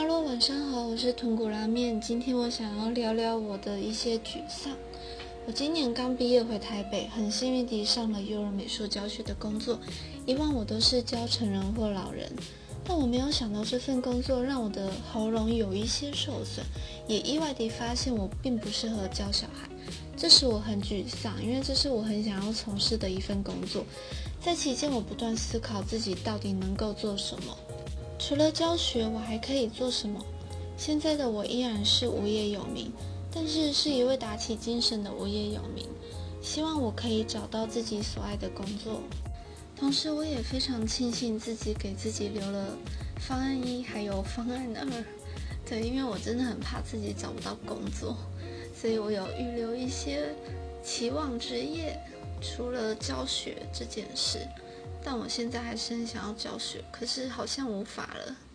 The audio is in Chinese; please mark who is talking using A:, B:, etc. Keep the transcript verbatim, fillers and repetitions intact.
A: 哈喽，晚上好，我是豚骨拉面。今天我想要聊聊我的一些沮丧。我今年刚毕业回台北，很幸运地上了幼儿美术教学的工作。以往我都是教成人或老人，但我没有想到这份工作让我的喉咙有一些受损，也意外地发现我并不适合教小孩。这使我很沮丧，因为这是我很想要从事的一份工作。在期间，我不断思考自己到底能够做什么。除了教学，我还可以做什么？现在的我依然是无业游民，但是是一位打起精神的无业游民。希望我可以找到自己所爱的工作。同时，我也非常庆幸自己给自己留了方案一，还有方案二。对，因为我真的很怕自己找不到工作，所以我有预留一些期望职业，除了教学这件事。但我现在还是很想要教学，可是好像无法了。